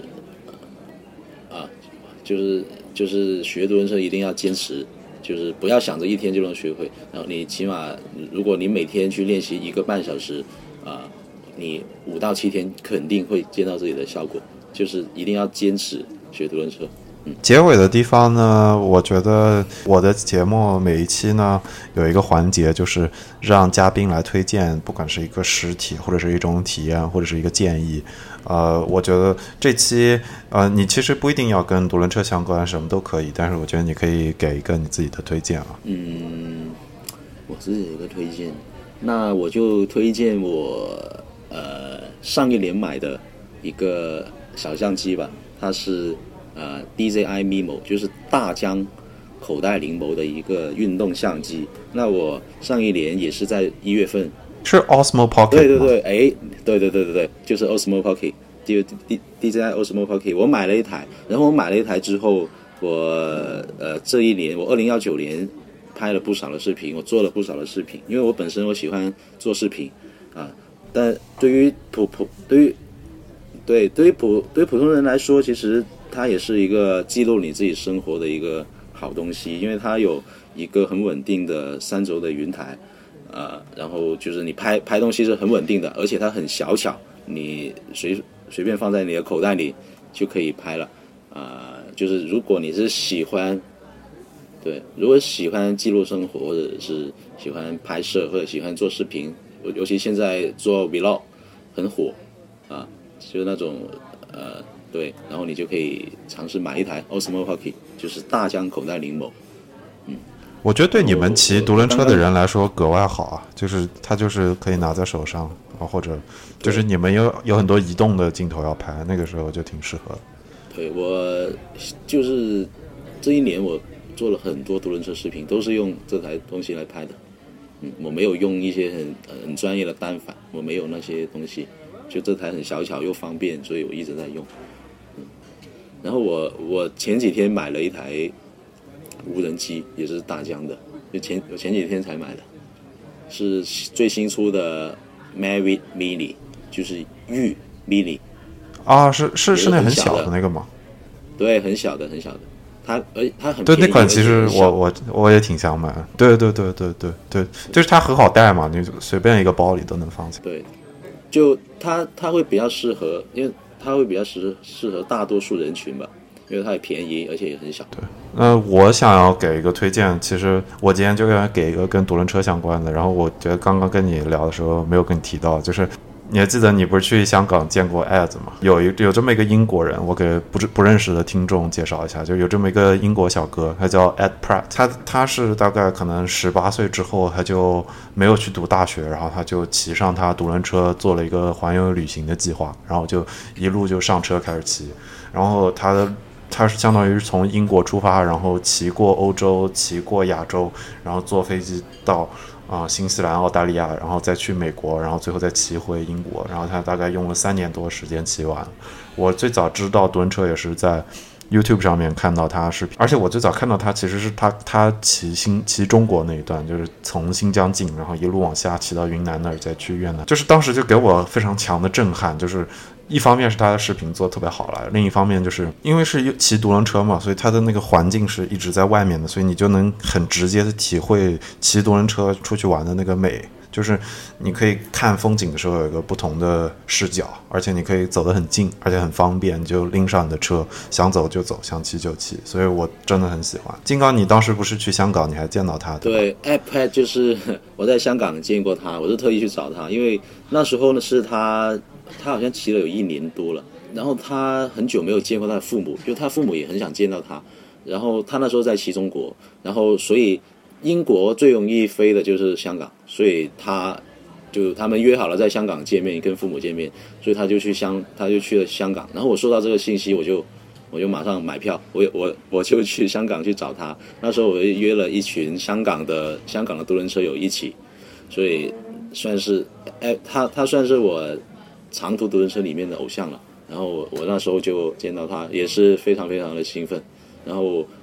就是学独轮车一定要坚持，就是不要想着一天就能学会，然后你起码如果你每天去练习1个半小时，你5到7天肯定会见到自己的效果，就是一定要坚持学独轮车。 结尾的地方呢，我觉得我的节目每一期呢有一个环节，就是让嘉宾来推荐，不管是一个实体或者是一种体验或者是一个建议。我觉得这期你其实不一定要跟独轮车相关，什么都可以，但是我觉得你可以给一个你自己的推荐啊。 我自己有一个推荐，那我就推荐我上一年买的一个小相机吧，它是DJI Mimo， 就是大疆口袋灵眸的一个运动相机。那我上一年也是在1月份， 是 Osmo Pocket 对，就是 Osmo Pocket， 就 DJI Osmo Pocket。我买了一台，然后我买了一台之后，我这一年我2019年拍了不少的视频，我做了不少的视频，因为我本身我喜欢做视频但对于普通人来说，其实它也是一个记录你自己生活的一个好东西，因为它有一个很稳定的3轴的云台，然后就是你拍东西是很稳定的，而且它很小巧，你随便放在你的口袋里就可以拍了，就是如果你是喜欢记录生活，或者是喜欢拍摄或者喜欢做视频，尤其现在做 vlog 很火就是那种对，然后你就可以尝试买一台 Osmo Pocket， 就是大疆口袋灵眸。 我觉得对你们骑独轮车的人来说格外好啊，就是它就是可以拿在手上或者就是你们有很多移动的镜头要拍，那个时候就挺适合的。 对，我就是这一年我做了很多独轮车视频，都是用这台东西来拍的。我没有用一些很专业的单反，我没有那些东西，就这台很小巧又方便，所以我一直在用。然后我前几天买了一台无人机，也是大疆的，我前几天才买的，是最新出的 Mavic Mini， 就是玉 Mini 是那很小的那个吗？ 对，很小的，它很对， 便宜， 那款其实我也挺想买。对，就是它很好带嘛，你随便一个包里都能放进。 对，就它会比较适合，因为它会比较适合大多数人群吧，因为它也便宜，而且也很小。 对，我想要给一个推荐，其实我今天就要给一个跟独轮车相关的，然后我觉得刚刚跟你聊的时候没有跟你提到，就是你还记得你不是去香港见过 Ed 吗？有这么一个英国人，我给不认识的听众介绍一下，就有这么一个英国小哥，他叫 Ed Pratt， 他是大概可能18岁之后他就没有去读大学，然后他就骑上他独轮车做了一个环游旅行的计划，然后就一路就上车开始骑，然后他是相当于从英国出发，然后骑过欧洲，骑过亚洲，然后坐飞机到新西兰、澳大利亚，然后再去美国，然后最后再骑回英国，然后他大概用了3年多时间骑完。我最早知道独轮车也是在 YouTube 上面看到他视频，而且我最早看到他其实是他骑中国那一段，就是从新疆进，然后一路往下骑到云南那儿，再去越南，就是当时就给我非常强的震撼，就是一方面是他的视频做得特别好了，另一方面就是因为是骑独轮车嘛，所以他的那个环境是一直在外面的，所以你就能很直接的体会骑独轮车出去玩的那个美，就是你可以看风景的时候有一个不同的视角，而且你可以走得很近，而且很方便，就拎上你的车，想走就走，想骑就骑，所以我真的很喜欢。金刚，你当时不是去香港，你还见到他？ 对 ，iPad 就是我在香港见过他，我是特意去找他，因为那时候呢是他好像骑了有1年多了，然后他很久没有见过他的父母，就他父母也很想见到他，然后他那时候在骑中国，然后所以英国最容易飞的就是香港，所以他们约好了在香港见面，跟父母见面，所以他就去了香港，然后我收到这个信息，我就马上买票，我就去香港去找他，那时候我约了一群香港的独轮车友一起，所以算是他算是我长途独轮车里面的偶像了，然后我那时候就见到他，也是非常非常的兴奋，然后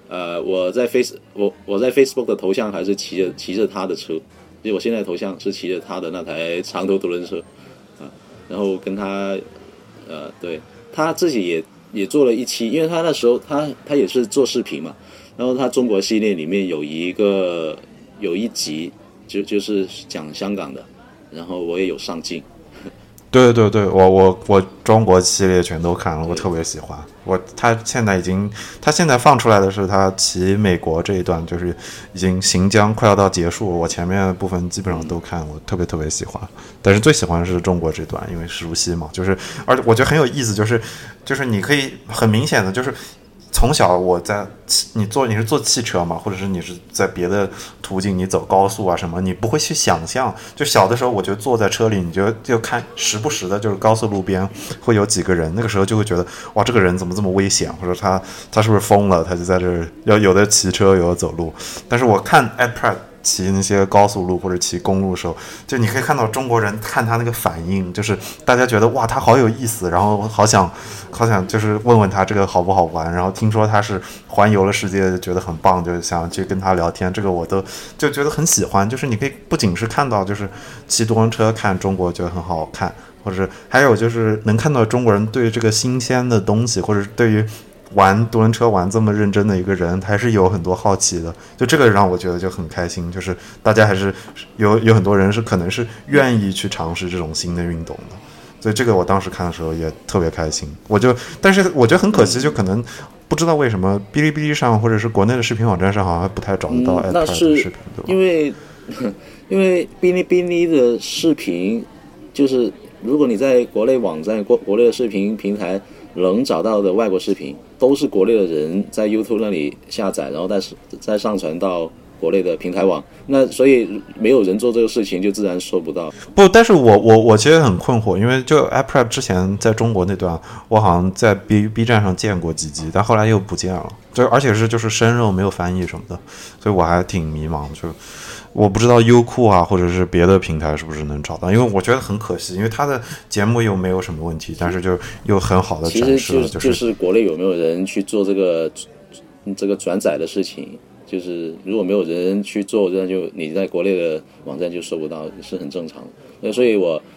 我在 Facebook 的头像还是骑着他的车，因为我现在的头像是骑着他的那台长途独轮车啊，然后跟他对他自己也做了一期，因为他那时候他也是做视频嘛，然后他中国系列里面有一集就是讲香港的，然后我也有上镜。 对对对，我中国系列全都看了，我特别喜欢。他现在放出来的是他骑美国这一段，就是已经行将快要到结束了，我前面的部分基本上都看，我特别特别喜欢。但是最喜欢的是中国这段，因为熟悉嘛，而且我觉得很有意思，就是你可以很明显的就是。从小你是坐汽车嘛，或者是你是在别的途径，你走高速啊什么，你不会去想象。就小的时候，我觉得坐在车里，你就看时不时的，就是高速路边会有几个人，那个时候就会觉得哇，这个人怎么这么危险，或者他是不是疯了，他就在这儿有的骑车，有的走路。但是我看 iPad。骑那些高速路或者骑公路的时候，就你可以看到中国人看他那个反应，就是大家觉得哇他好有意思，然后好想就是问问他这个好不好玩，然后听说他是环游了世界，就觉得很棒，就想去跟他聊天，这个我都就觉得很喜欢。就是你可以不仅是看到就是骑独轮车看中国觉得很好看，或者是还有就是能看到中国人对这个新鲜的东西，或者是对于玩独轮车玩这么认真的一个人，还是有很多好奇的，就这个让我觉得就很开心，就是大家还是有很多人是可能是愿意去尝试这种新的运动的，所以这个我当时看的时候也特别开心。但是我觉得很可惜，就可能不知道为什么哔哩哔哩上或者是国内的视频网站上好像还不太找得到 iPad 的视频，对吧？ 因为哔哩哔哩的视频，就是如果你在国内网站、国内的视频平台能找到的外国视频，都是国内的人在 YouTube 那里下载，然后再上传到国内的平台网，那所以没有人做这个事情，就自然收不到。 不，但是我其实很困惑，因为就 iPad 之前在中国那段，我好像在 B 站上见过几集，但后来又不见了，而且就是生肉没有翻译什么的，所以我还挺迷茫，就我不知道优酷啊或者是别的平台是不是能找到，因为我觉得很可惜，因为他的节目又没有什么问题，但是就又很好的展示了， 就是国内有没有人去做这个转载的事情。就是如果没有人去做，那就你在国内的网站就收不到，是很正常的。所以我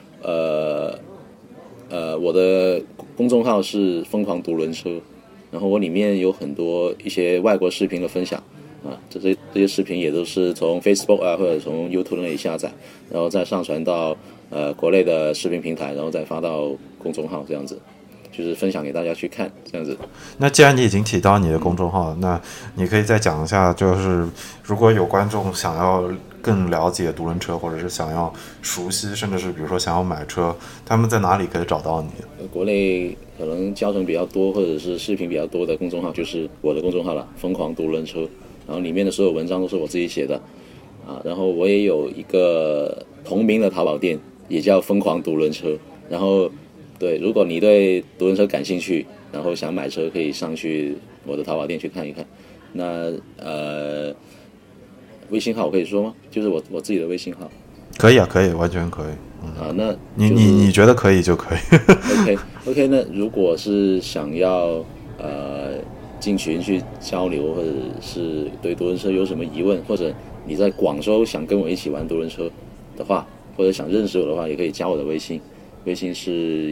我的公众号是疯狂独轮车，然后我里面有很多一些外国视频的分享啊，这些视频也都是从 Facebook 啊或者从 YouTube 那里下载，然后再上传到国内的视频平台，然后再发到公众号，这样子。就是分享给大家去看，这样子。 那既然你已经提到你的公众号，那你可以再讲一下，就是如果有观众想要更了解独轮车，或者是想要熟悉，甚至是比如说想要买车，他们在哪里可以找到你？ 国内可能教程比较多，或者是视频比较多的公众号，就是我的公众号了，疯狂独轮车。然后里面的所有文章都是我自己写的啊。然后我也有一个同名的淘宝店，也叫疯狂独轮车。然后对，如果你对独轮车感兴趣，然后想买车，可以上去我的淘宝店去看一看。那微信号我可以说吗？就是我自己的微信号。 可以啊，可以，完全可以。 那、 就是、你觉得可以就可以。 OK， 那如果是想要进群去交流，或者是对独轮车有什么疑问，或者你在广州想跟我一起玩独轮车的话，或者想认识我的话，也可以加我的微信。微信是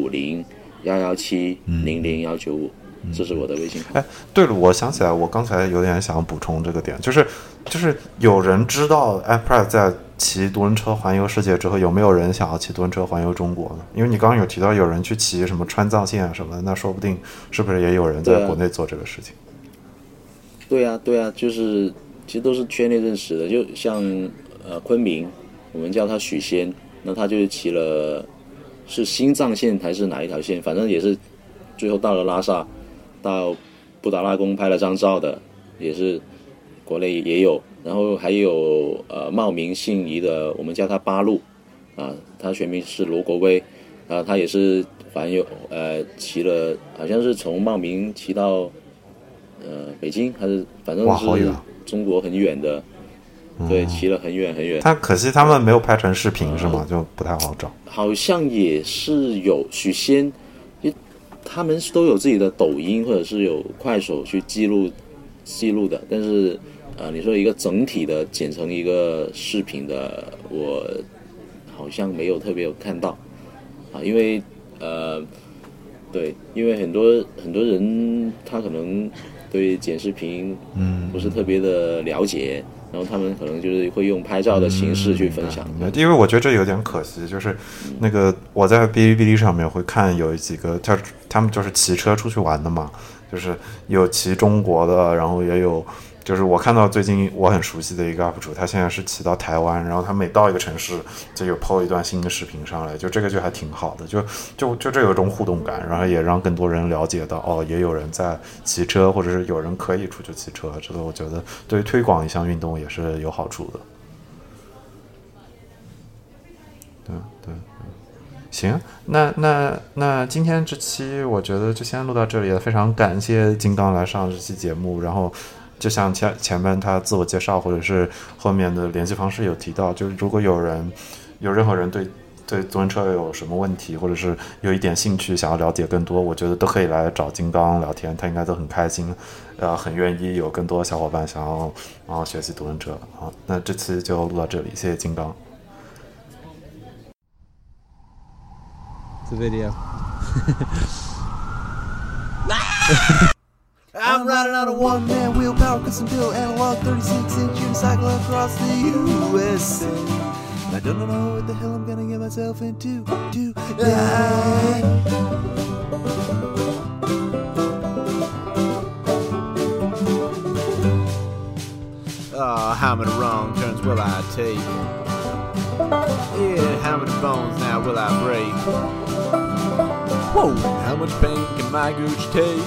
150-117-00195，这是我的微信号。 对了，我想起来，我刚才有点想补充这个点，就是有人知道 iPad 在骑独轮车环游世界之后，有没有人想要骑独轮车环游中国呢？因为你刚刚有提到有人去骑什么川藏线啊什么的，那说不定是不是也有人在国内做这个事情？ 对啊，就是其实都是圈内认识的，就像昆明，我们叫他许仙，那他就是骑了。是新藏线还是哪一条线？反正也是最后到了拉萨，到布达拉宫拍了张照的，也是国内也有。然后还有茂名信宜的，我们叫他八路啊，他全名是罗国威啊，他也是反正骑了，好像是从茂名骑到北京，还是反正是中国很远的。对，骑了很远很远。 但可惜他们没有拍成视频，是吗？就不太好找。 好像也是有许仙，他们都有自己的抖音或者是有快手去记录记录的，但是你说一个整体的剪成一个视频的，我好像没有特别有看到啊，因为对，因为很多人他可能对剪视频不是特别的了解，然后他们可能就是会用拍照的形式去分享。 因为我觉得这有点可惜，就是那个我在哔哩哔哩上面会看有几个他们就是骑车出去玩的嘛，就是有骑中国的，然后也有就是我看到最近我很熟悉的一个 UP 主，他现在是骑到台湾，然后他每到一个城市就有 PO 一段新的视频上来，就这个就还挺好的，就这有一种互动感，然后也让更多人了解到哦，也有人在骑车，或者是有人可以出去骑车，这个我觉得对于推广一项运动也是有好处的。对，行，那今天这期我觉得就先录到这里了，非常感谢金刚来上这期节目，然后就像前面他自我介绍或者是后面的联系方式有提到，就是如果有任何人对自行车有什么问题，或者是有一点兴趣想要了解更多，我觉得都可以来找金刚聊天，他应该都很开心，很愿意有更多小伙伴想要学习独轮车啊。那这期就录到这里，谢谢金刚。 The video. I'm riding on a one-man wheel, power custom built analog 36-inch unicycle across the USA. I don't know what the hell I'm gonna get myself into. Oh, how many wrong turns will I take? Yeah, how many bones now will I break? Whoa, how much pain can my gooch take?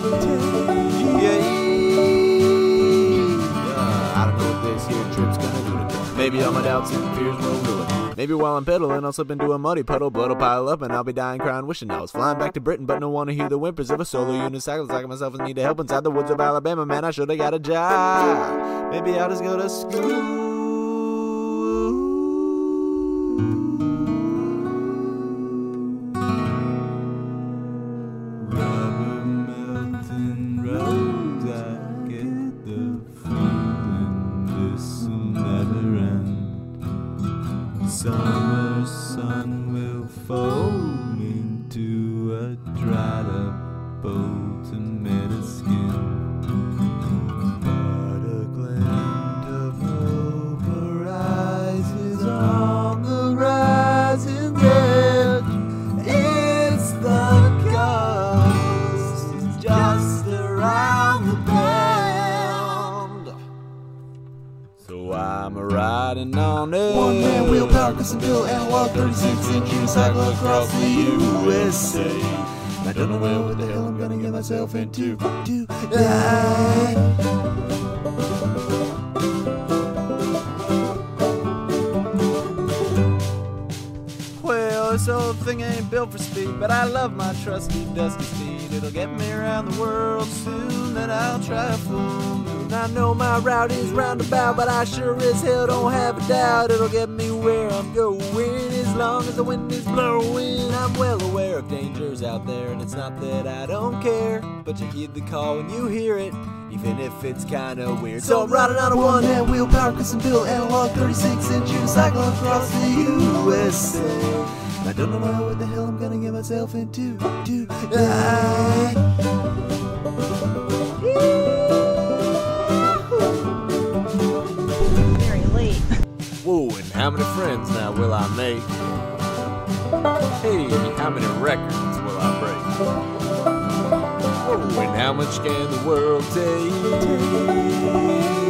I don't know what this here trip's gonna do to me. Maybe all my doubts and fears will ruin me. Maybe while I'm pedaling, I'll slip into a muddy puddle, blood'll pile up, and I'll be dying, crying, wishing I was flying back to Britain, but no one to hear the whimpers of a solo unicycle. Like myself in need of help inside the woods of Alabama. Man, I should've got a job. Maybe I'll just go to school. Summer sun will foam into a dried up old tomato skin, but a glint of hope arises on the rising edge. It's the ghost just around the bend. So I'm riding on it. One-man wheel, power custom built analog 36-inch unicycle across the USA. I don't know what the hell I'm gonna get myself into. Well, this old thing ain't built for speed, but I love my trusty dusty steed. It'll get me around the world soon, then I'll try a full moon. I know my route is roundabout, but I sure as hell don't have a doubt it'll get me where I'm going as long as the wind is blowing. I'm well aware of dangers out there, and it's not that I don't care, but you heed the call when you hear it, even if it's kinda weird. So I'm riding on a one-hand wheel, power custom built analog 36-inch unicycle across the USA. I don't know what the hell I'm gonna get myself into. Very late. Whoa, and how many friends now will I make? Hey, how many records will I break? Whoa, and how much can the world take?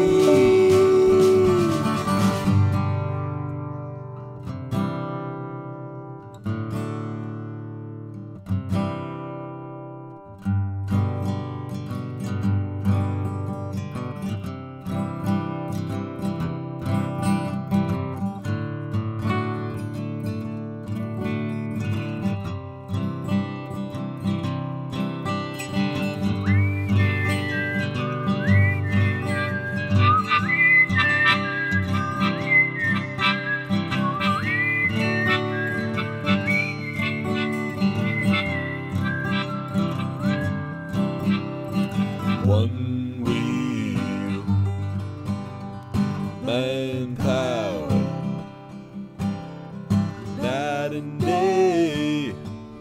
and day,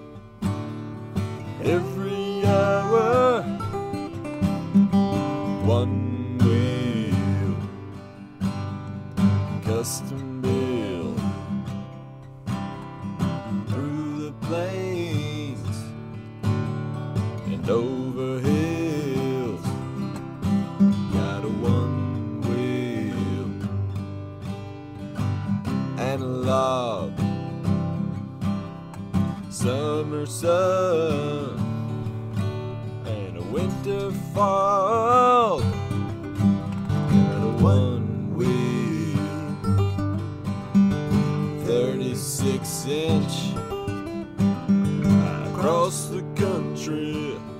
every hour, one wheel, custom built, through the plains and over hills, got a one wheel, analog, summer sun, and a winter fog, got a one wheel, 36-inch, across the country,